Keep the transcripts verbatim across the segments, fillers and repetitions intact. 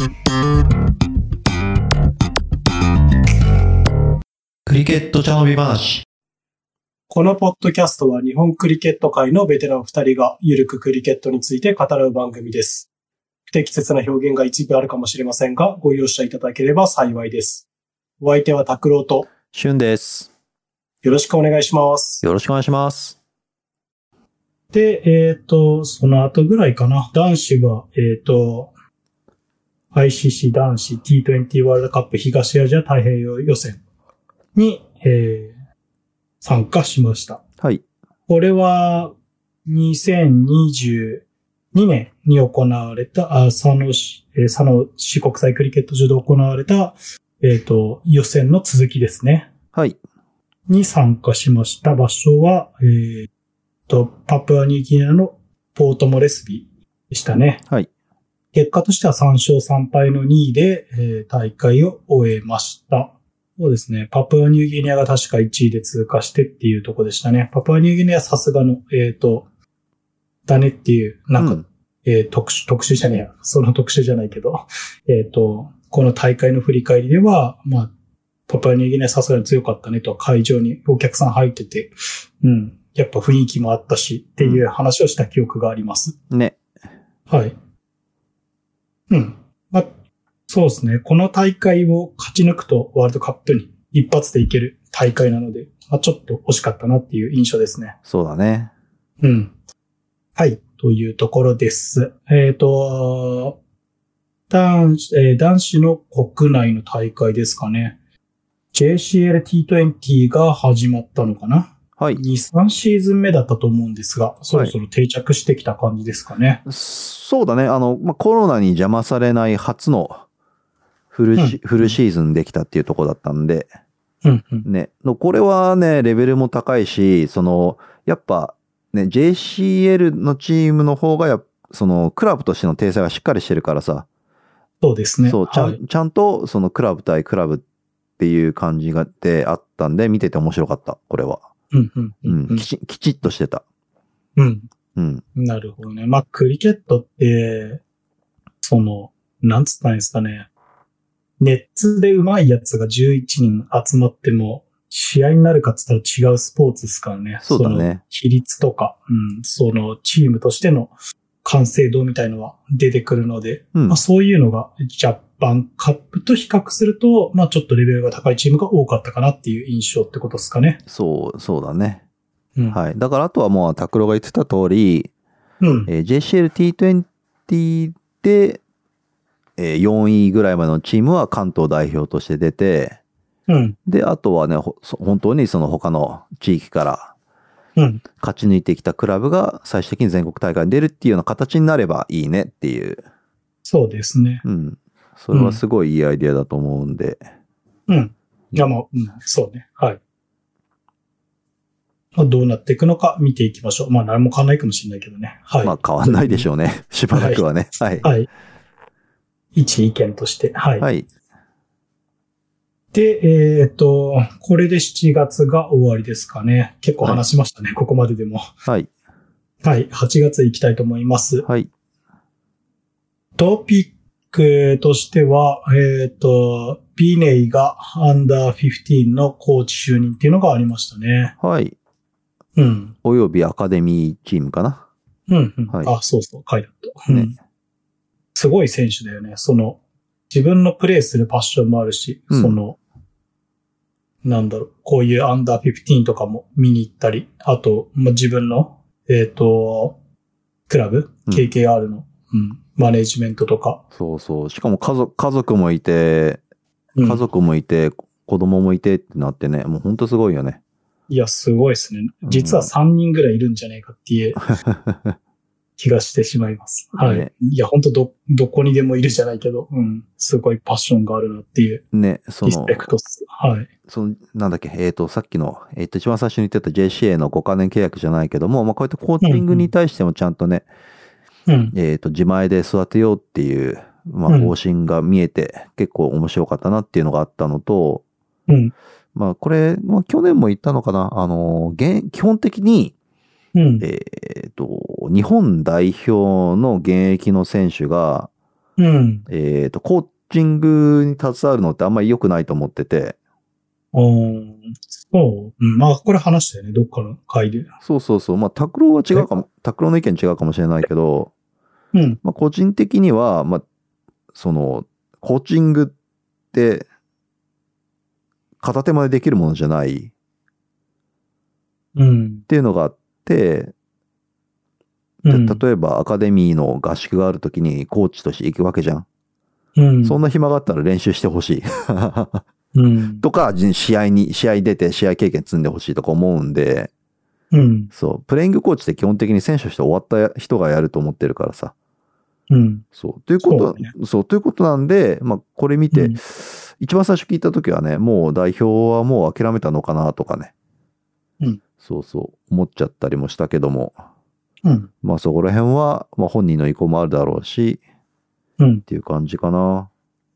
クリケット茶飲み話。 このポッドキャストは日本クリケット界のベテランふたりがゆるくクリケットについて語らう番組です。不適切な表現が一部あるかもしれませんが、ご容赦いただければ幸いです。お相手は拓郎としゅんです。 よろしくお願いします。 よろしくお願いします。 で、えっと、その後ぐらいかな。男子は、えっと、アイシーシー 男子 ティートゥエンティー ワールドカップ東アジア太平洋予選に、えー、参加しました。 はい。 これは、にせんにじゅうにねんに行われた、あ佐野市、えー、佐野市国際クリケット場で行われた、えっと、予選の続きですね。 はい。 に参加しました。場所は、えー、と、パプアニューギニアのポートモレスビーでしたね。 はい。 結果としてはさん勝さん敗のにいで、えー、大会を終えました。そうですね。パプアニューギニアが確かいちいで通過してっていうとこでしたね。パプアニューギニアさすがの、えっ、ー、と、だねっていう、なんか、うん、えー、特殊、特殊じゃねえや。その特殊じゃないけど、えっ、ー、と、この大会の振り返りでは、まあ、パプアニューギニアさすがに強かったねと、会場にお客さん入ってて、うん。やっぱ雰囲気もあったし、っていう話をした記憶があります。 ね。 はい。うん。まあ、そうですね。この大会を勝ち抜くとワールドカップに一発でいける大会なので、まあ、ちょっと惜しかったなっていう印象ですね。 そうだね。 うん。はい。というところです。えっと、男子、えー、男子の国内の大会ですかね。ジェーシーエルティートゥエンティー が始まったのかな。 はい。 に、さんシーズン目だったと思うんですが、そろそろ定着してきた感じですかね。 はい、そうだね。あの、まあ、コロナに邪魔されない初のフルシ、うん、フルシーズンできたっていうところだったんで、 うんうん、 ね。これはね、レベルも高いし、その、やっぱ、ね、ジェーシーエル のチームの方がや、その、クラブとしての体裁がしっかりしてるからさ。 そうですね。 そう、ちゃん、はい、ちゃんと、その、クラブ対クラブっていう感じがであったんで、見てて面白かった、これは。 うんうんうんうん、 きち、きちっとしてた。 うん。 うん。 なるほどね。まあ、クリケットって、その、なんつったんですかね。ネッツで上手いやつがじゅういちにん集まっても、試合になるかって言ったら違うスポーツですからね。 そうだね。 その、比率とか、うん、その、チームとしての完成度みたいのは出てくるので、うん、まあ、そういうのが、ジャパンカップと比較すると、まあ、ちょっとレベルが高いチームが多かったかなっていう印象ってことですかね。 そう、そうだね。 うん、 はい。だからあとはもう、拓郎が言ってた通り、 うんえー、ジェーシーエルティートゥエンティー で、えー、よんいぐらいまでのチームは関東代表として出て、 うん、 で、あとはね、本当にその他の地域から勝ち抜いてきたクラブが最終的に全国大会に出るっていうような形になればいいねっていう。 そうですね。 うん。それはすごいいいアイデアだと思うんで。 うん。いや、もう、うん、そうね。はい。まあ、どうなっていくのか見ていきましょう。まあ、何も変わらないかもしれないけどね。はい。 まあ、変わんないでしょうね。しばらくはね。はい。 はい。はい、一意見として。はい。 はい。 で、えっと、これでしちがつが終わりですかね。結構話しましたね。はい、ここまででも。 はい。 はい。はちがつ行きたいと思います。 はい。 トピックとしては、えっと、ビネイがアンダーじゅうごのコーチ就任っていうのがありましたね。 はい。 うん。 およびアカデミーチームかな。 うん、うん。はい、あ、そうそう、書いてあった。うん。ね、すごい選手だよね。その、自分のプレーするパッションもあるし、うん、その、なんだろう、こういうアンダーじゅうごとかも見に行ったり、あと、まあ、自分の、えっと、クラブ、うん、ケーケーアール の、うん、マネージメントとか。 そうそう。しかも家族、家族もいて、家族もいて、うん、子供もいてってなってね、もうほんとすごいよね。 いや、すごいですね。実はさんにんぐらいいるんじゃないかっていう気がしてしまいます。はい。ね、いや、本当ど、どこにでもいるじゃないけど、うん。すごいパッションがあるなっていう。 ね、その。 リスペクトっす。はい。 その、なんだっけ、えっと、さっきの、えっと、一番最初に言ってた ジェーシーエー のごかねん契約じゃないけども、まあ、こうやってコーチングに対してもちゃんとね、うん、えっと、自前で育てようっていう、まあ、方針が見えて、結構面白かったなっていうのがあったのと、 うん。 まあ、これ、まあ、去年も言ったのかな、あの、現、基本的に、うん、えっと、日本代表の現役の選手が、 うん。 えっと、コーチングに携わるのってあんまり良くないと思ってて。 ああ、そう。うん。まあ、これ話したよね。どっかの回で。 そうそうそう。まあ、拓郎は違うかも、拓郎の意見違うかもしれないけど、 うん。 まあ、個人的には、まあ、その、コーチングって、片手までできるものじゃないうん。 っていうのがあって、 うん。 例えばアカデミーの合宿があるときにコーチとして行くわけじゃん。 うん。 そんな暇があったら練習してほしい。 うん。 とか、試合に、試合出て試合経験積んでほしいとか思うんで、 うん。 そう、プレイングコーチって基本的に選手として終わった人がやると思ってるからさ。 うん。 そう。ということ、 そうね。 そう、ということなんで、まあ、これ見て、 うん。 一番最初聞いたときはね、もう代表はもう諦めたのかなとかね。 うん。 そうそう、思っちゃったりもしたけども。 うん。 まあそこら辺は、まあ本人の意向もあるだろうし、 うん。 っていう感じかな。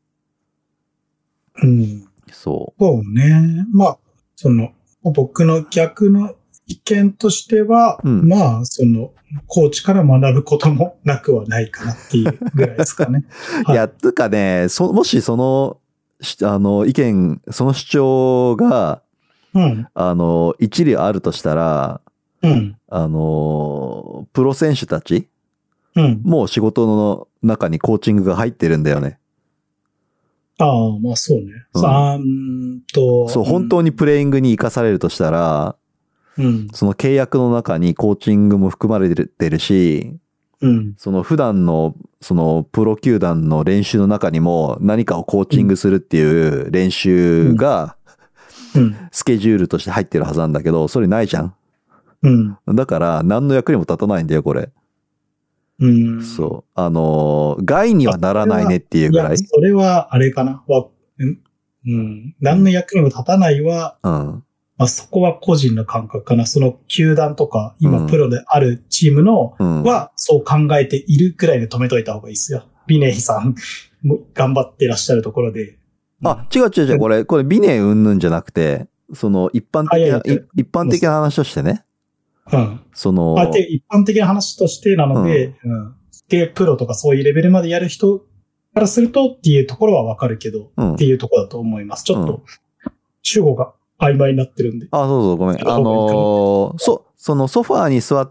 うん。 そそうね。まあ、その、僕の逆の意見としては、 う。うん。 まあ、その、コーチから学ぶこともなくはないかなっていうぐらいですかね。はい。 いや、つうかね、そ、もしその、しあの、意見、その主張が、 うん。 あの、一理あるとしたら、 うん。 あの、プロ選手たち、 うん。 もう仕事の中にコーチングが入ってるんだよね。 ああ、まあそうね。 うんさあ、うーんと。 そう、本当にプレイングに生かされるとしたら、 うん。 その契約の中にコーチングも含まれてるし、 うん。 その普段の、そのプロ球団の練習の中にも何かをコーチングするっていう練習がスケジュールとして入ってるはずなんだけど、それないじゃん。 うん。 だから何の役にも立たないんだよ、これ。 うん。 そう。あのー、害にはならないねっていういや、 ぐらい。 それはあれかな。わ、うんうん。何の役にも立たないは、 うん。 まあ、そこは個人の感覚かな。その球団とか、今うんプロであるチームの、 うんは、そう考えているくらいで止めといた方がいいですよ。ビネイさんも頑張ってらっしゃるところで。 あ、違う違う違う、これ、これ、ビネ云々じゃなくて、その、一般的な、 あいやいやい一般的な話としてね。 うん。 その、 あで、一般的な話としてなので、うん。で、プロとかそういうレベルまでやる人からするとっていうところはわかるけど、 うんっていうところだと思います。ちょっと、主語が曖昧になってるんで。 あ、そうそう、ごめん。あのー、そ、そのソファーに座って、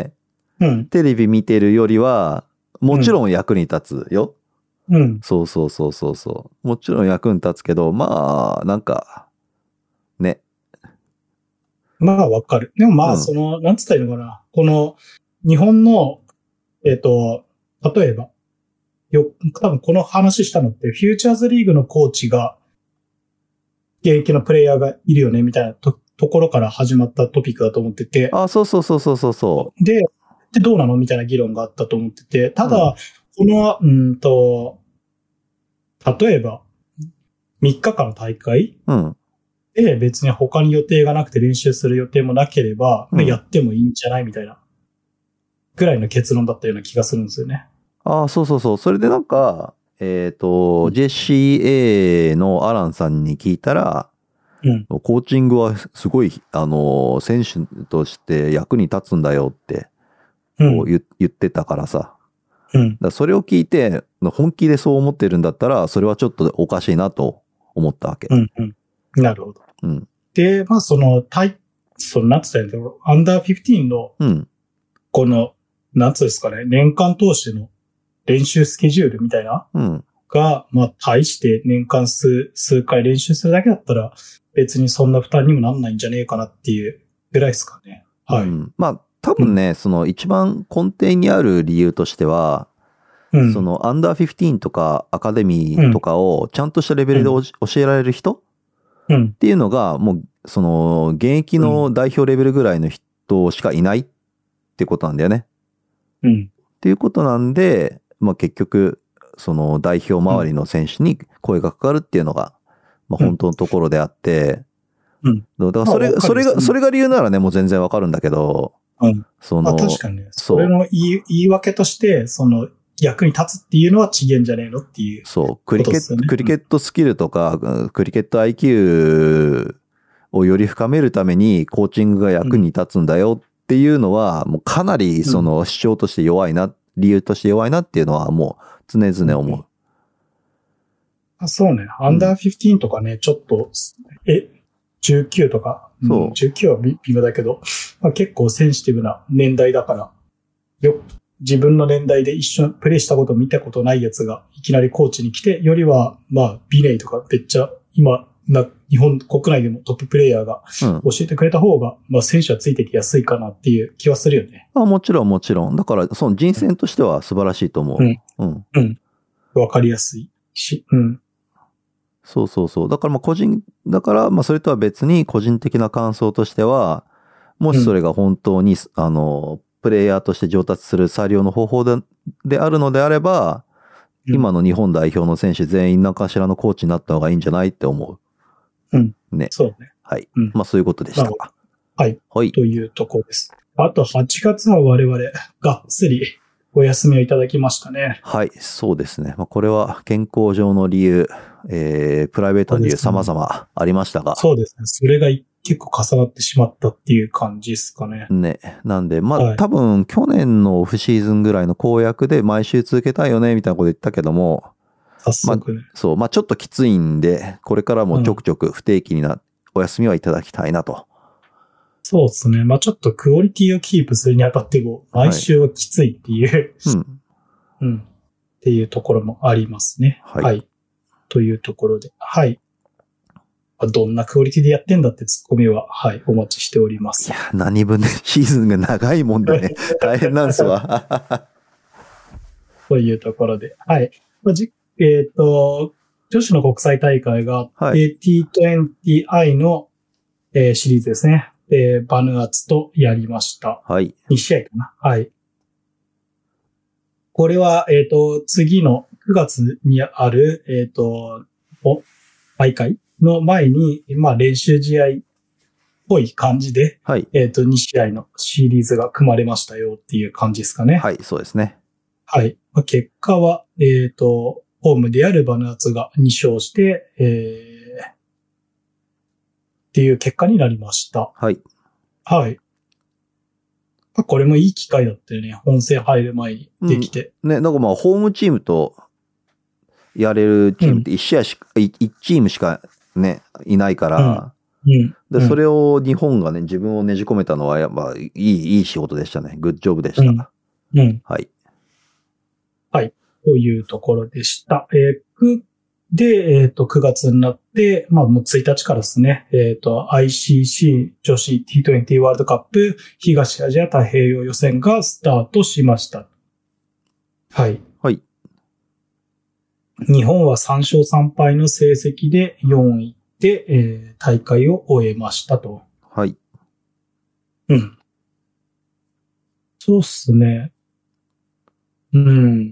うん。 テレビ見てるよりは、もちろん役に立つよ。 うん。 そうそうそうそうそう。もちろん役に立つけど、まあ、なんか、ね。 まあ、わかる。でもまあ、 うんその、なんつったらいいのかな。この、日本の、えっと、例えば、よ、多分この話したのって、フューチャーズリーグのコーチが、現役のプレイヤーがいるよね、みたいなと、ところから始まったトピックだと思ってて。 あ、そうそうそうそうそうそで、で、どうなのみたいな議論があったと思ってて。ただ、 うんこの、うんと、例えば、みっかかんの大会う。うん。 で別に他に予定がなくて練習する予定もなければ、 うんやってもいいんじゃないみたいな、ぐらいの結論だったような気がするんですよね。 あ、そうそうそう。それでなんか、えっと、ジェシーエー のアランさんに聞いたら、 うん。 コーチングはすごい、あの、選手として役に立つんだよって、 うんこう言言ってたからさ。 うん。 だからそれを聞いて、本気でそう思ってるんだったら、それはちょっとおかしいなと思ったわけ。 うん。うん。なるほど。 うん。 で、まあその、対、その、なんつったらいいんだろう、アンダーじゅうごの、 うん。 この、なんつうんですかね、年間通しての練習スケジュールみたいな、 うん。 が、まあ、対して年間数、数回練習するだけだったら、別にそんな負担にもなんないんじゃねえかなっていうぐらいですかね。はい。 うん、まあ、多分ね、うん、その一番根底にある理由としては、うん、そのアンダーじゅうごとかアカデミーとかをちゃんとしたレベルで、うん、教えられる人っていうのが、もう、その、現役の代表レベルぐらいの人しかいないってことなんだよね。 うん。 っていうことなんで、まあ結局、その代表周りの選手に声がかかるっていうのが、まあ本当のところであって、 うん。 だからそれ、まあ、それが、それが理由ならね、もう全然わかるんだけど、 うん。 その、 まあ確かにね、それの言い、言い訳として、その、役に立つっていうのは違うんじゃねえのっていう、ね。 そう、クリケット、クリケットスキルとか、うん、クリケット アイキュー をより深めるためにコーチングが役に立つんだよっていうのは、もうかなりその主張として弱いな、理由として弱いなっていうのはもう常々思う。うん、 あそうね。アンダーフィフティーンとかね、うん、ちょっと、え、じゅうきゅうとか、そう、うん、じゅうきゅうは微妙だけど、まあ、結構センシティブな年代だから、よ、自分の年代で一緒にプレイしたこと見たことないやつがいきなりコーチに来て、よりは、まあ、ビネイとかめっちゃ、今、な、日本国内でもトッププレイヤーが教えてくれた方が、うん、まあ選手はついてきやすいかなっていう気はするよね。 あ、もちろんもちろん。だから、その人選としては素晴らしいと思う。 うん。うん。うん。わかりやすいし、うん。 そうそうそう。だからまあ個人、だからまあそれとは別に個人的な感想としては、もしそれが本当に、うん、あの、プレイヤーとして上達する最良の方法で、であるのであれば、うん、今の日本代表の選手全員何かしらのコーチになった方がいいんじゃないって思う。 うん。 ね。 そうね。 はい。うん、まあそういうことでした。 はい。はい。というところです。あとはちがつは我々、がっつりお休みをいただきましたね。 はい。そうですね。まあこれは健康上の理由、えー、プライベートの理由様々ありましたが。 そうですね。それが結構重なってしまったっていう感じですかね。 ね。なんで、まあ、はい、多分去年のオフシーズンぐらいの公約で毎週続けたいよね、みたいなこと言ったけども、 早速ね。 まあ、そう、まあちょっときついんで、これからもちょくちょく不定期にな、うん、お休みはいただきたいなと。 そうですね。まあちょっとクオリティをキープするにあたっても、毎週はきついっていう、はい、うん。うん。っていうところもありますね。はい。はい、というところで。はい。どんなクオリティでやってんだってツッコミは、はい、お待ちしております。 いや、何分でシーズンが長いもんでね、大変なんすわ。 というところで。はい。まあ、じえっ、ー、と、女子の国際大会が、はい、ティーにじゅうアイ の、えー、シリーズですね。えー、バヌアツとやりました。 はい。 に試合かな。はい。これは、えっ、ー、と、次のくがつにある、えっ、ー、と、大会の前に、まあ練習試合っぽい感じで、 はい。 えっ、ー、と、に試合のシリーズが組まれましたよっていう感じですかね。 はい、そうですね。 はい。結果は、えっ、ー、と、ホームであるバヌアツがに勝して、えー、っていう結果になりました。 はい。 はい。これもいい機会だったよね。本戦入る前にできて。 うん、ね、なんかまあ、ホームチームとやれるチームっていち試合しか、うん、いちチームしかね、いないから、 うんうん、 でそれを日本がね、自分をねじ込めたのは、やっぱいい、いい仕事でしたね。グッジョブでした。うん。 うん、 はい。 はい。というところでした。えー、で、えっ、ー、と、くがつになって、まあもうついたちからですね、えっ、ー、と、アイシーシー 女子 ティーにじゅう ワールドカップ東アジア太平洋予選がスタートしました。はい。 はい。 日本はさん勝さん敗の成績でよんいで、えー、大会を終えましたと。 はい。 うん。そうっすね。うん。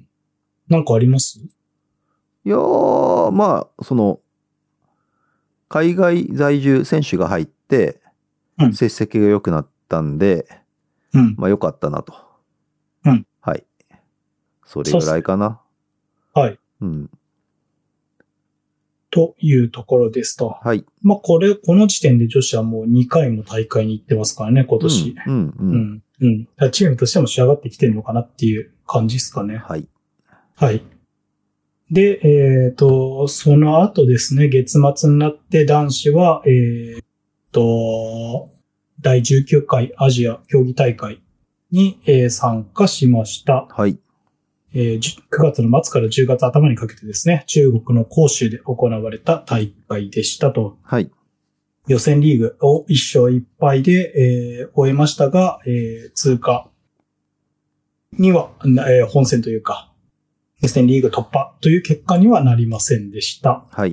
なんかあります？ いやー、まあ、その、海外在住選手が入って、成績が良くなったんで、 うん、 まあ良かったなと。 うん。 はい。それぐらいかな。 はい。 うん。 というところですと。 はい。 まあこれ、この時点で女子はもうにかいも大会に行ってますからね、今年。 うん、うん、うん。 うん。うん。チームとしても仕上がってきてるのかなっていう感じですかね。 はい。 はい。で、えっ、ー、と、その後ですね、月末になって男子は、えっ、ー、と、だいじゅうきゅうかいアジア競技大会に、えー、参加しました。 はい。 えー、くがつの末からじゅうがつ頭にかけてですね、中国の広州で行われた大会でしたと。 はい。 予選リーグをいち勝いち敗で、えー、終えましたが、えー、通過には、えー、本戦というか、予選リーグ突破という結果にはなりませんでした。 はい。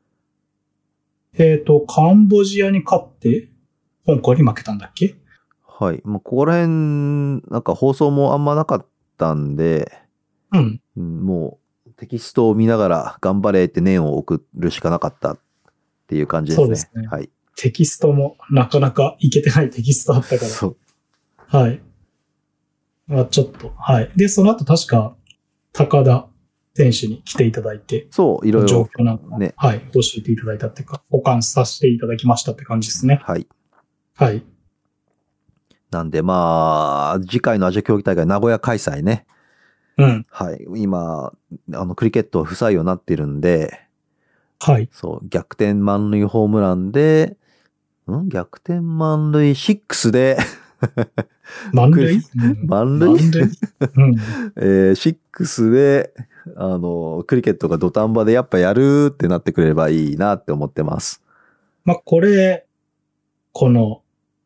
えっ、ー、と、カンボジアに勝って、香港に負けたんだっけ？ はい。もうここら辺、なんか放送もあんまなかったんで、 うん。 もうテキストを見ながら頑張れって念を送るしかなかったっていう感じですね。そうですね。はい。 テキストもなかなかいけてないテキストだったから。そう。はい。まあちょっと、はい。で、その後確か、高田選手に来ていただいて。 そう、いろいろ。 状況なんか、ね。はい。教えていただいたっていうか、保管させていただきましたって感じですね。 はい。 はい。 なんでまあ、次回のアジア競技大会名古屋開催ね。 うん。 はい。今、あの、クリケットは不採用になってるんで、 はい。 そう、逆転満塁ホームランで、ん逆転満塁ろくで、 満塁、うん、 満塁満塁うん。 えー、ろくで、あの、クリケットが土壇場でやっぱやるってなってくれればいいなって思ってます。 まあ、これ、この、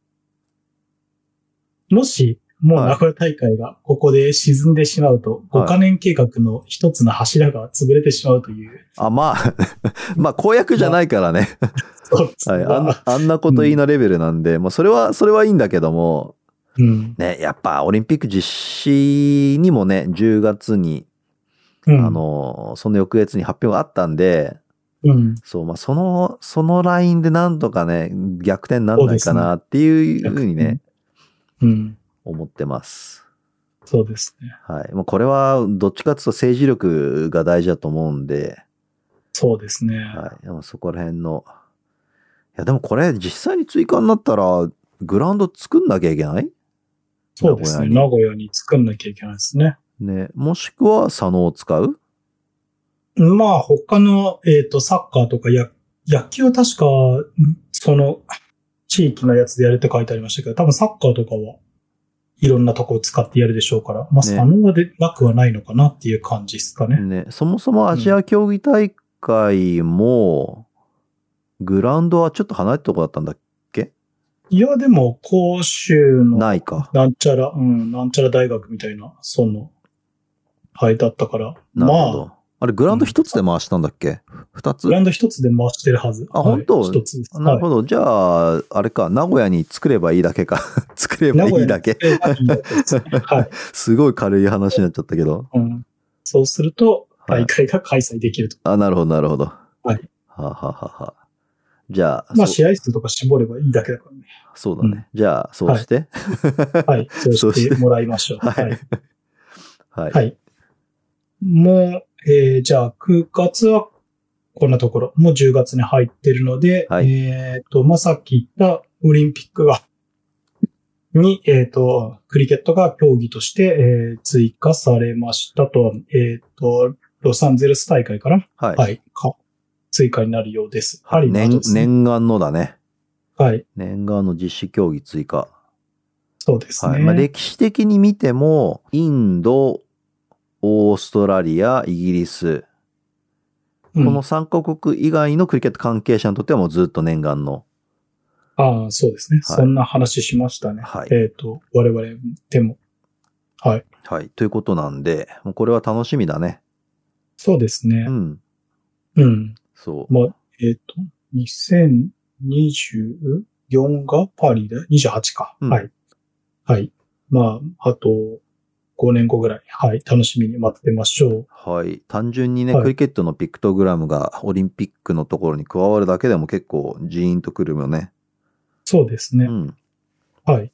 もし、もう名古屋大会がここで沈んでしまうと、ごカ年計画の一つの柱が潰れてしまうという。 あ、まあ、まあ公約じゃないからね。 そうですね。 はい、あんな、あんなこと言いのレベルなんで、まあそれは、それはいいんだけども、 うん、 ね、やっぱオリンピック実施にもね、じゅうがつに、 うん、 あの、その翌月に発表があったんで、 うん、 そう、まあその、そのラインでなんとかね、逆転なんないかなっていうふうにね、 うん、 思ってます。 そうですね。 はい。もうこれは、どっちかっていうと政治力が大事だと思うんで、 そうですね。 はい。でもそこら辺の、いやでもこれ実際に追加になったら、グラウンド作んなきゃいけないそうですね。名古屋に作んなきゃいけないですね。 ね。もしくは佐野を使うまあ、他の、えっ、と、サッカーとかや、野球は確か、その、地域のやつでやるって書いてありましたけど、多分サッカーとかはいろんなとこを使ってやるでしょうから、まあ、佐野はでなくはないのかなっていう感じですかね。 ね。そもそもアジア競技大会も、グラウンドはちょっと離れたとこだったんだっけいや、でも、甲州の、 ないか。 なんちゃら、うん、なんちゃら大学みたいな、その、はいだったから、 なるほど。 まあ、 あれ、グラウンド一つで回したんだっけ二つグラウンド一つで回してるはず。 あ、 はい、 本当一つです。 なるほど。じゃあ、あれか、名古屋に作ればいいだけか。作ればいいだけ。 名古屋に作ればいいだけですね。はい。 すごい軽い話になっちゃったけど。 うん。そうすると、大会が開催できると。 あ、なるほど、なるほど。 はい。 はははは。じゃあ、 まあ、 そう試合数とか絞ればいいだけだからね。 そうだね。 うんじゃあ、そうして。 はい。そうしてもらいましょう。 ははいい。 はい。 はい。もう、えーじゃあ、くがつはこんなところ。もうじゅうがつに入ってるので、 はいえっ、と、まあ、さっき言ったオリンピックが、に、えっ、と、クリケットが競技として、えー追加されましたと、えっ、と、ロサンゼルス大会から、 はい。 はい、か追加になるようです。パリの後念ですね。 念願のだね。 はい。 念願の実施競技追加。 そうですね。 はい。まあ、歴史的に見ても、インド、オーストラリア、イギリス、 うんこのさんカ国以外のクリケット関係者にとってはもうずっと念願の。 ああ、そうですね。 はいそんな話しましたね。 はいえっ、と、我々でも。はい。 はい。ということなんで、もうこれは楽しみだね。 そうですね。 うん。 うん。 そう。 まあ、えっ、と、にせんにじゅうよんがパリでにじゅうはちか、 うんはい。はい。まあ、あとごねんごぐらい。はい。楽しみに待ってましょう。 はい。単純にね、 はいクリケットのピクトグラムがオリンピックのところに加わるだけでも結構ジーンとくるよね。 そうですね。 うん。 はい。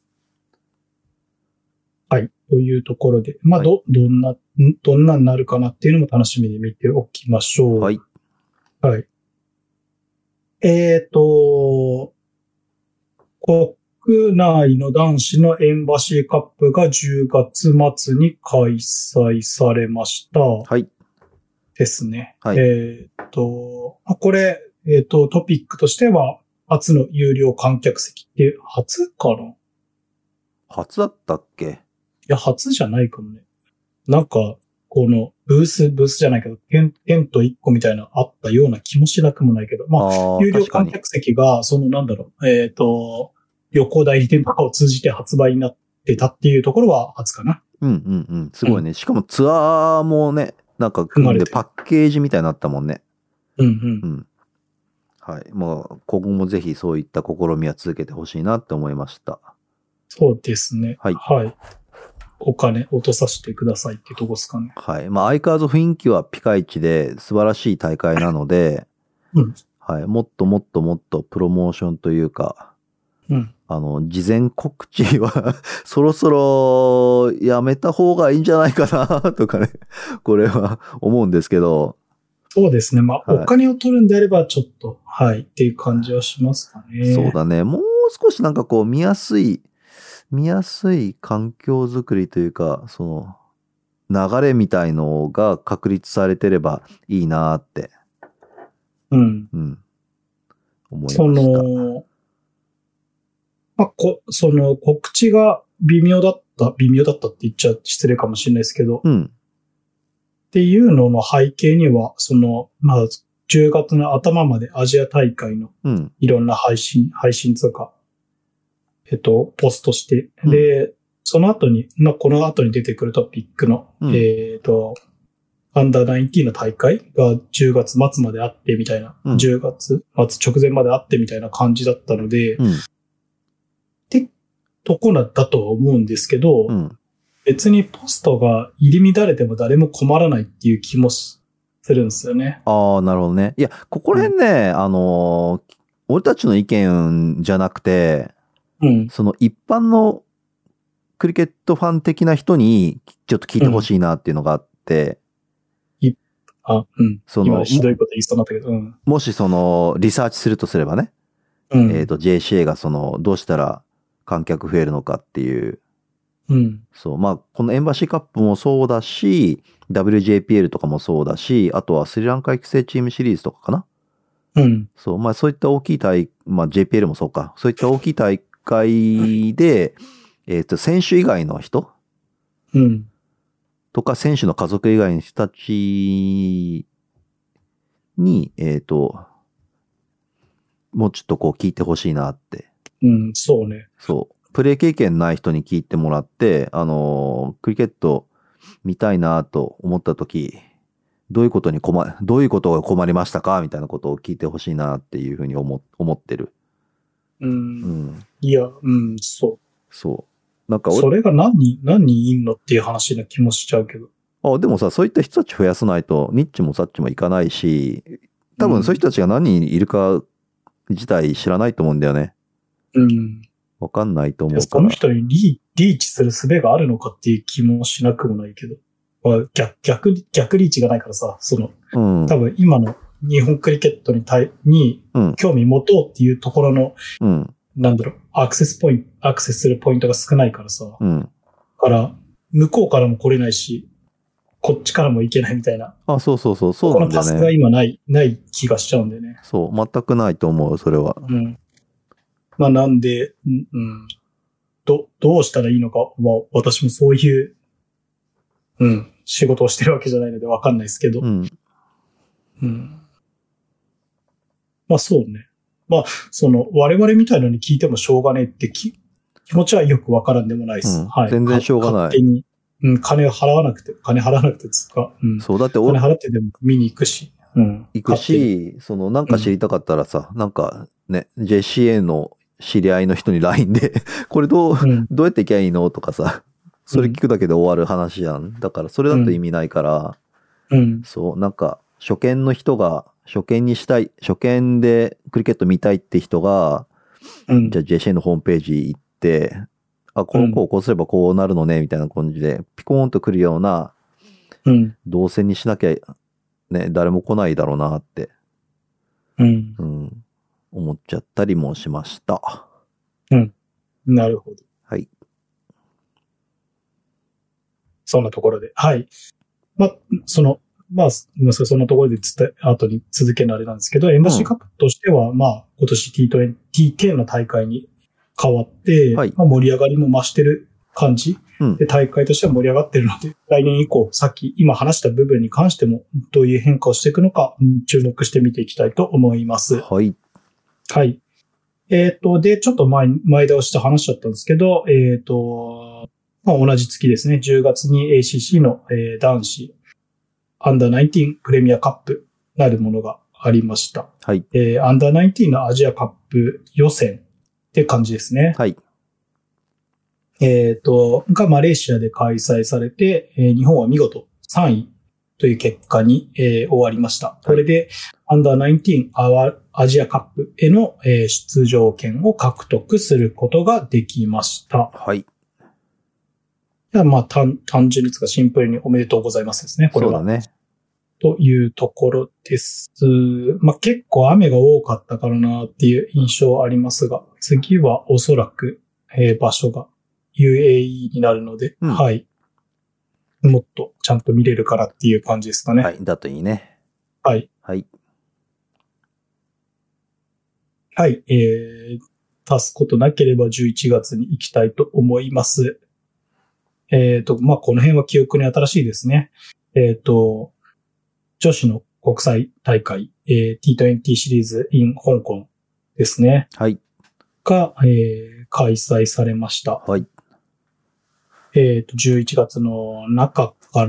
はい。というところで、まあ、ど、どんな、んどんなになるかなっていうのも楽しみに見ておきましょう。 はい。 はい。えっ、と、国内の男子のエンバシーカップがじゅうがつ末に開催されましたはい。 ですね。 はいえっ、と、あこれ、えっ、と、トピックとしては、初の有料観客席って、初かない初だったっけや、初じゃないかもね。なんか、この、ブース、ブースじゃないけど、テンテントいっこみたいなあったような気もしなくもないけど、まあ、 あー有料確かに。 観客席が、そのなんだろう、えっ、と、旅行代理店とかを通じて発売になってたっていうところは初かな。 うんうんうん。すごいね。しかもツアーもね、なんか組んでパッケージみたいになったもんね。 うんう。 うんん。はい。まあ、今後もぜひそういった試みは続けてほしいなって思いました。 そうですね。 はいはい。お金落とさせてくださいってとこですかね。 はい。まあ、相変わらず雰囲気はピカイチで素晴らしい大会なので、 うん。 はい。もっともっともっとプロモーションというか、 うん。 あの、事前告知はそろそろやめた方がいいんじゃないかなとかね、これは思うんですけど、 そうですね。まあ、 はいお金を取るんであれば、ちょっと、はい、っていう感じはしますかね。 そうだね。もう少しなんかこう見やすい、見やすい環境づくりというか、その、 流れみたいのが確立されてればいいなって。 うん。 うん。思いました。 その、まあ、こ、その告知が微妙だった、微妙だったって言っちゃ失礼かもしれないですけど、 うん。 っていうのの背景には、その、まあ、じゅうがつの頭までアジア大会のいろんな配信、うん、配信とか、えっと、ポストして、うん、で、その後に、まあ、この後に出てくるトピックの、うん、えっと、アンダーじゅうきゅうの大会がじゅうがつ末まであってみたいな、うん、じゅうがつ末直前まであってみたいな感じだったので、うん、ってとこだったとは思うんですけど、うん、別にポストが入り乱れても誰も困らないっていう気もするんですよね。 ああ、なるほどね。いや、ここら辺ね、うん、あのー、俺たちの意見じゃなくて、うん、その一般のクリケットファン的な人にちょっと聞いてほしいなっていうのがあって、 うん、あ、うん。その今ひどいこと言いそうになったけど、うん、 もしそのリサーチするとすればね、うん、えっと ジェーシーエー がそのどうしたら観客増えるのかっていう、うん、そう、まあこのエンバシーカップもそうだし、ダブリュージェーピーエル とかもそうだし、あとはスリランカ育成チームシリーズとかかな。うん。そう、まあそういった大きい大、まあ ジェーピーエル もそうか、そういった大きい大会で、えっと、選手以外の人、うん、とか、選手の家族以外の人たちに、えっと、もうちょっとこう聞いてほしいなって。 うん、そうね。 そう。プレー経験ない人に聞いてもらって、あのー、クリケット見たいなと思ったとき、どういうことに困、どういうことが困りましたかみたいなことを聞いてほしいなっていうふうに思、思ってる。 うん。うん、いや、うん、そう。 そう。なんかそれが何人、何人いんのっていう話な気もしちゃうけど。 あ、でもさ、そういった人たち増やさないと、ニッチもサッチもいかないし、多分そういう人たちが何人いるか自体知らないと思うんだよね。うん。わかんないと思うから。 その人にリリーチする術があるのかっていう気もしなくもないけど。まあ、逆、逆、逆リーチがないからさ、その、うん、多分今の日本クリケットに対、に興味持とうっていうところの、うん、なんだろう、アクセスポイント、アクセスするポイントが少ないからさ。うん。だから、向こうからも来れないし、こっちからも行けないみたいな。 あ、そうそうそう、そうなんだよね。 このパスが今ない、ない気がしちゃうんだよね。 そう、全くないと思う、それは。 うん。まあなんで、うん、うん。ど、どうしたらいいのかは、私もそういう、うん、仕事をしてるわけじゃないのでわかんないですけど。うん。うん。まあそうね。まあ、その、我々みたいのに聞いてもしょうがねえって気、気持ちはよくわからんでもないです。 うん、 はい。 全然しょうがない。 勝手に、うん、金を払わなくて、金払わなくてつか、うん。 そう、だって金払ってでも見に行くし。うん。 行くし、その、なんか知りたかったらさ、うん、なんかね、ジェーシーエー の知り合いの人に ライン で、これどう、うん、どうやって行きゃいいのとかさ、それ聞くだけで終わる話じゃん。だからそれだと意味ないから、うん、そう、なんか、初見の人が、初見にしたい、初見でクリケット見たいって人が、うん、じゃあ ジェーシーエー のホームページ行って、あ、こう、こう、こうすればこうなるのね、みたいな感じで、ピコーンと来るような、うん、動線にしなきゃ、ね、誰も来ないだろうなって、うん、うん、思っちゃったりもしました。 うん。なるほど。 はい。 そんなところで。はい。まあ、その、まあ、そんなところで伝え、後に続けるのあれなんですけど、エンバシーカップとしては、うん、まあ、今年 ティーにじゅう の大会に変わって、はい、まあ、盛り上がりも増してる感じ、うん、で、大会としては盛り上がってるので、来年以降、さっき今話した部分に関しても、どういう変化をしていくのか、注目して見ていきたいと思います。 はい。 はい。えっと、で、ちょっと前、前倒して話しちゃったんですけど、えっと、まあ、同じ月ですね、じゅうがつに エーシーシー の、えー、男子、アンダーじゅうきゅうプレミアカップなるものがありました。 はい。 えー、アンダーじゅうきゅうのアジアカップ予選って感じですね。 はい。 えっと、がマレーシアで開催されて、えー、日本は見事さんいという結果に、えー、終わりました。これで、アンダーじゅうきゅうアジアカップへの、えー、出場権を獲得することができました。 はい。 まあ、単、単純につかシンプルにおめでとうございますですね、これは。 そうだね。 というところです。まあ、結構雨が多かったからなっていう印象はありますが、次はおそらく、えー、場所が ユーエーイー になるので、うん、はい。 もっとちゃんと見れるからっていう感じですかね。 はい。だといいね。 はい。 はい。 はい。えー、足すことなければじゅういちがつに行きたいと思います。えっ、ー、と、まあ、この辺は記憶に新しいですね。えっ、ー、と、女子の国際大会、えー、ティートゥエンティー シリーズ in 香港ですね。 はい。 が、えー、開催されました。 はい。 えっ、ー、と、じゅういちがつの中から、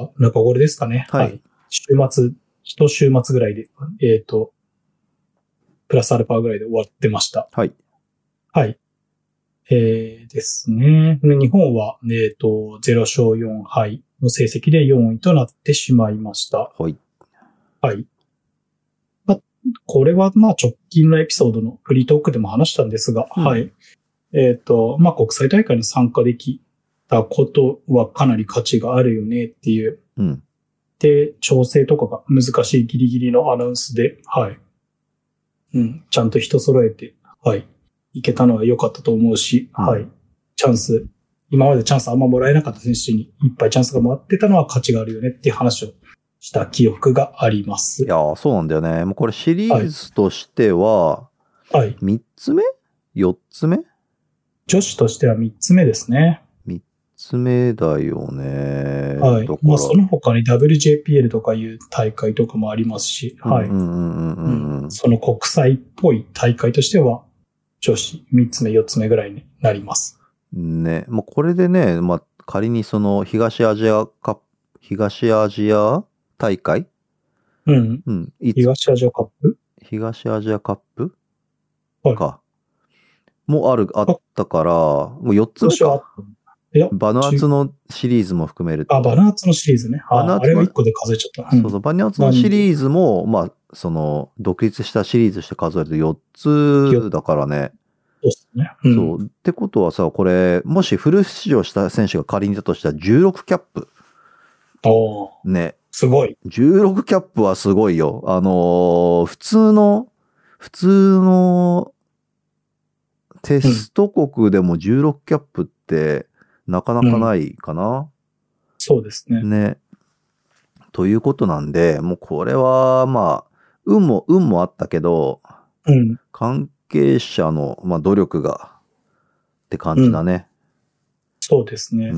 中頃ですかね。 はい。 はい、週末、一週末ぐらいで、えっ、ー、と、プラスアルファぐらいで終わってました。 はい。 はい。えー、ですね。日本は、えっ、ー、と、ゼロしょうよんはいの成績でよんいとなってしまいました。 はい。 はい。まあ、これは、まあ、直近のエピソードのフリートークでも話したんですが、うん、はい。えっ、ー、と、まあ、国際大会に参加できたことはかなり価値があるよねっていう。 うん。 で、調整とかが難しいギリギリのアナウンスで、はい。うん、ちゃんと人揃えて、はい。いけたのは良かったと思うし、うん、はい。チャンス、今までチャンスあんまもらえなかった選手にいっぱいチャンスが回ってたのは価値があるよねっていう話をした記憶があります。 いやー、そうなんだよね。もうこれシリーズとしては、 はい。 みっつめ ?よっ つ目女子としてはみっつめですね。 みっつめだよね。 はい。まあその他に ダブリュージェーピーエル とかいう大会とかもありますし、はい。その国際っぽい大会としては、女子みっつめ、よっつめぐらいになります。 ね。もうこれでね、まあ仮にその東アジアカップ、東アジア大会うん。うん。東アジアカップ東アジアカップはい。 か。もある、あったから、もうよっつめか。 いや、 バヌアツのシリーズも含めると。 あ、バヌアツのシリーズね。あ、あれはいっこで数えちゃった。 うん、そうそう、バヌアツのシリーズも、まあ、その、独立したシリーズして数えるとよっつだからね。 そうですね。うん、 そう。ってことはさ、これ、もしフル出場した選手が仮にいたとしたらじゅうろくキャップ。 おー。 ね。 すごい。 じゅうろくキャップはすごいよ。あのー、普通の、普通のテスト国でもじゅうろくキャップってなかなかないかな。うん、 そうですね。 ね。ということなんで、もうこれは、まあ、運も、運もあったけど、 うん、 関係者の、まあ、努力が、って感じだね、うん。 そうですね。 うん。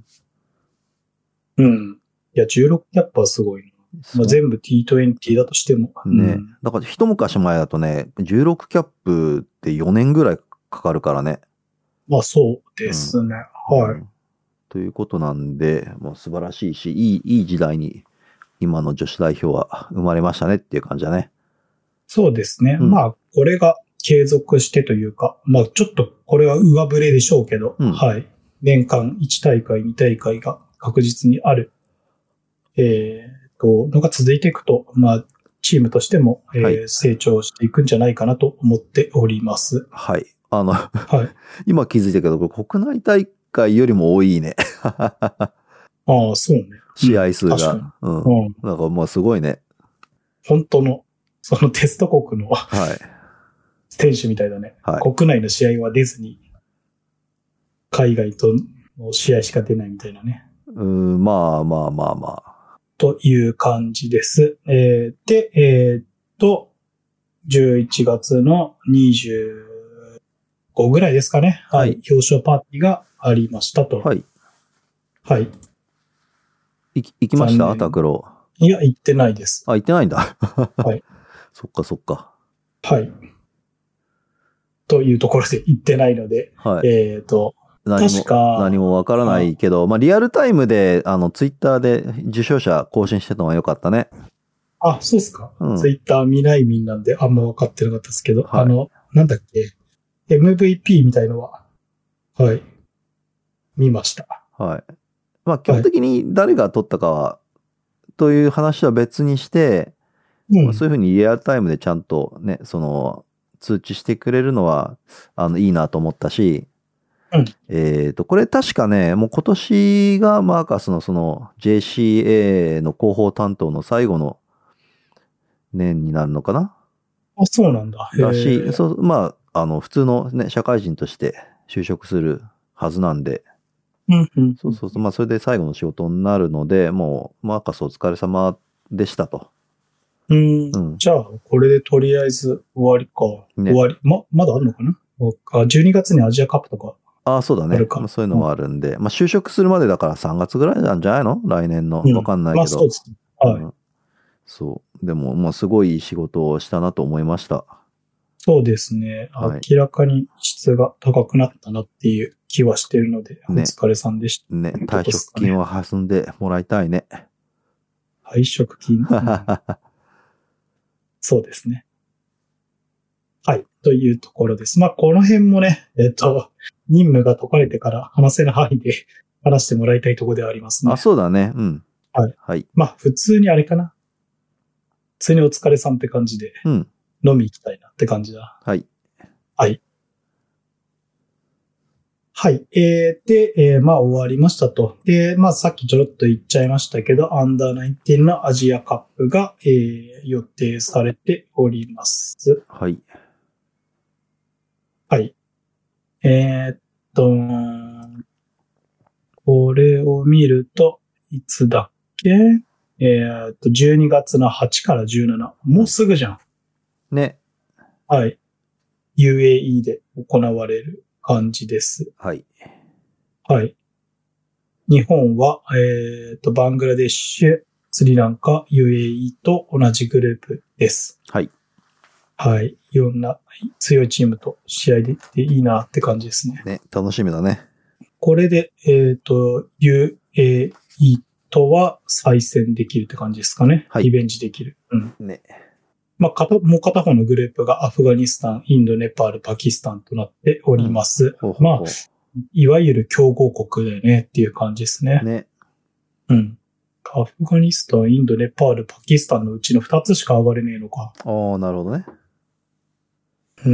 うん。いや、じゅうろくキャップはすごいな。まあ、全部 ティートゥエンティー だとしても。 ね。うん、だから一昔前だとね、じゅうろくキャップってよねんぐらいかかるからね。 まあそうですね。うん、はい、うん。 ということなんで、もう素晴らしいし、いい、いい時代に今の女子代表は生まれましたねっていう感じだね。 そうですね。うん、まあ、これが継続してというか、まあちょっとこれは上振れでしょうけど、うん、はい。年間いち大会、に大会が確実にある。えー、と、のが続いていくと、まあ、チームとしても、えーはい、成長していくんじゃないかなと思っております。 はい。あの、 はい、 今気づいたけど、国内大会よりも多いね。 ああ、そうね。 試合数が。うん、確かに。うん。なんかもうすごいね。 本当の、そのテスト国の、はい。選手みたいだね。はい。国内の試合は出ずに、海外との試合しか出ないみたいなね。 うん、まあまあまあまあ。 という感じです。えー、で、えー、っと、じゅういちがつのにじゅうごぐらいですかね。はい。はい、表彰パーティーがありましたと。 はい。 はい。 い行きました拓郎。 いや、行ってないです。 あ、行ってないんだ。 はい。 そっかそっか。 はい。というところで行ってないので、はい、えっ、ー、と、 何も、何もわからないけど、まあ、リアルタイムで、あの、ツイッターで受賞者更新してたのが良かったね。 あ、そうですか、うん、ツイッター見ないみんなんであんま分かってなかったですけど、はい、あの、なんだっけ、エムブイピー みたいのは、はい、見ました。 はい。まあ、基本的に誰が取ったかは、はい、という話は別にして、うん、まあ、そういうふうにリアルタイムでちゃんとね、その、通知してくれるのは、あの、いいなと思ったし、うん、えっと、これ確かね、もう今年がマーカスのその ジェーシーエー の広報担当の最後の年になるのかな？ あ、そうなんだ。 だし、そう、まあ、あの、普通のね、社会人として就職するはずなんで。 うんうん。 そうそうそう。まあ、それで最後の仕事になるので、もう、マーカスお疲れ様でしたと。 うん。 うん。 じゃあ、これでとりあえず終わりか。 ね。 終わり。ま、まだあるのかなあ、じゅうにがつにアジアカップとかああ、そうだね。 あるか。 まあ、そういうのもあるんで、まあ、就職するまでだからさんがつぐらいなんじゃないの来年の。 うん。 わかんないまあけど。 そうですね。はい。 うん。そう。でも、もうすごい仕事をしたなと思いました。 そうですね。 はい。 明らかに質が高くなったなっていう気はしてるので、おね。 疲れさんでした。 ね。 ど退こっすかね。 職金は弾んでもらいたいね。 退職金、うん、そうですね。はい。というところです。まあ、この辺もね、えっと、任務が解かれてから話せる範囲で話してもらいたいところではありますね。 あ、そうだね。うん。 はい。 はい。 まあ、普通にあれかな。普通にお疲れさんって感じで、 うん。 飲み行きたいなって感じだ。 はい。 はい。はい。えー、で、えー、まあ終わりましたと。で、まあさっきちょろっと言っちゃいましたけど、アンダーナインティーンのアジアカップが、えー、予定されております。 はい。 はい。えー、っと、これを見ると、いつだっけえー、っと、じゅうにがつのはちからじゅうしち。もうすぐじゃん。 ね。 はい。ユーエーイー で行われる感じです。 はい。 はい。日本は、えっと、バングラデシュ、スリランカ、ユーエーイー と同じグループです。 はい。 はい。いろんな強いチームと試合でいいなって感じですね。 ね、楽しみだね。これで、えっと、ユーエーイー とは再戦できるって感じですかね。はい。リベンジできる。うん。ね。まあ、片、もう片方のグループがアフガニスタン、インド、ネパール、パキスタンとなっております。うん、ほうほうほう。まあ、いわゆる強豪国だよねっていう感じですね。ね。うん。アフガニスタン、インド、ネパール、パキスタンのうちのふたつしか上がれねえのか。 ああ、なるほどね。 うん。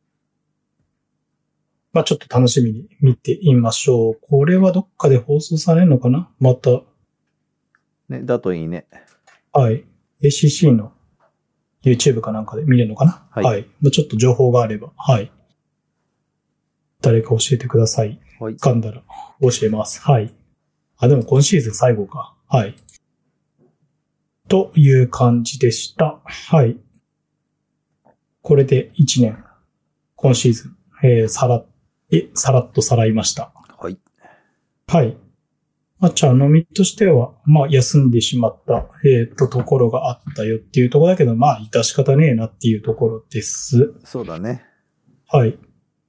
まあちょっと楽しみに見てみましょう。これはどっかで放送されるのかなまた。 ね、だといいね。 はい。エーシーシー の YouTube かなんかで見れるのかな。はい。はい。まあ、ちょっと情報があれば。はい。誰か教えてください。はい。噛んだら教えます。はい。あ、でも今シーズン最後か。はい。という感じでした。はい。これでいちねん、今シーズン、えー、さら、え、さらっとさらいました。 はい。 はい。まあ、茶飲みとしては、まあ、休んでしまった、えっと、ところがあったよっていうところだけど、まあ、致し方ねえなっていうところです。 そうだね。 はい。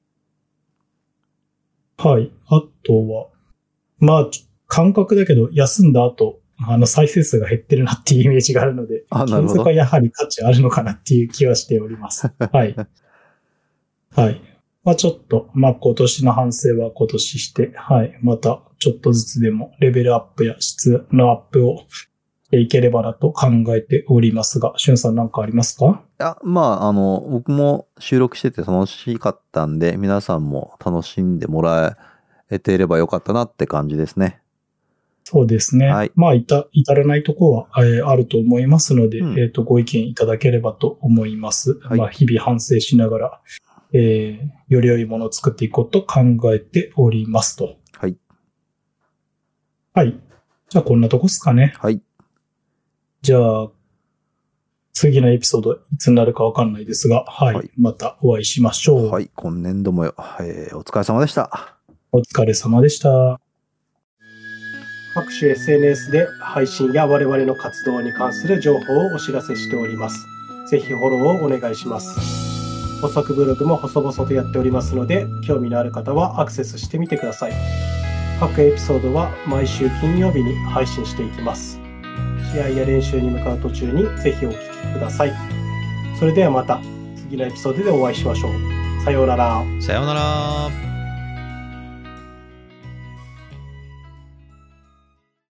はい。あとは、まあ、感覚だけど、休んだ後、あの、再生数が減ってるなっていうイメージがあるので、 あ、なるほど。 継続はやはり価値あるのかなっていう気はしております。はい。はい。まあちょっと、まあ今年の反省は今年して、はい。またちょっとずつでもレベルアップや質のアップをしていければなと考えておりますが、しゅんさんなんかありますか？ いや、まあ、あの、僕も収録してて楽しかったんで、皆さんも楽しんでもらえていればよかったなって感じですね。 そうですね。はい。まあ、いた、至らないところは、えー、あると思いますので、うん、えっと、ご意見いただければと思います。はい、まあ、日々反省しながら、えー、より良いものを作っていこうと考えておりますと。 はい。 はい。じゃあ、こんなとこっすかね。 はい。 じゃあ、次のエピソードいつになるかわかんないですが、はい、はい。またお会いしましょう。 はい。今年度も、えー、お疲れ様でした。 お疲れ様でした。各種 エスエヌエス で配信や我々の活動に関する情報をお知らせしております。ぜひフォローをお願いします。補足ブログも細々とやっておりますので、興味のある方はアクセスしてみてください。各エピソードは毎週金曜日に配信していきます。試合や練習に向かう途中にぜひお聞きください。それではまた次のエピソードでお会いしましょう。さようなら。 さようなら。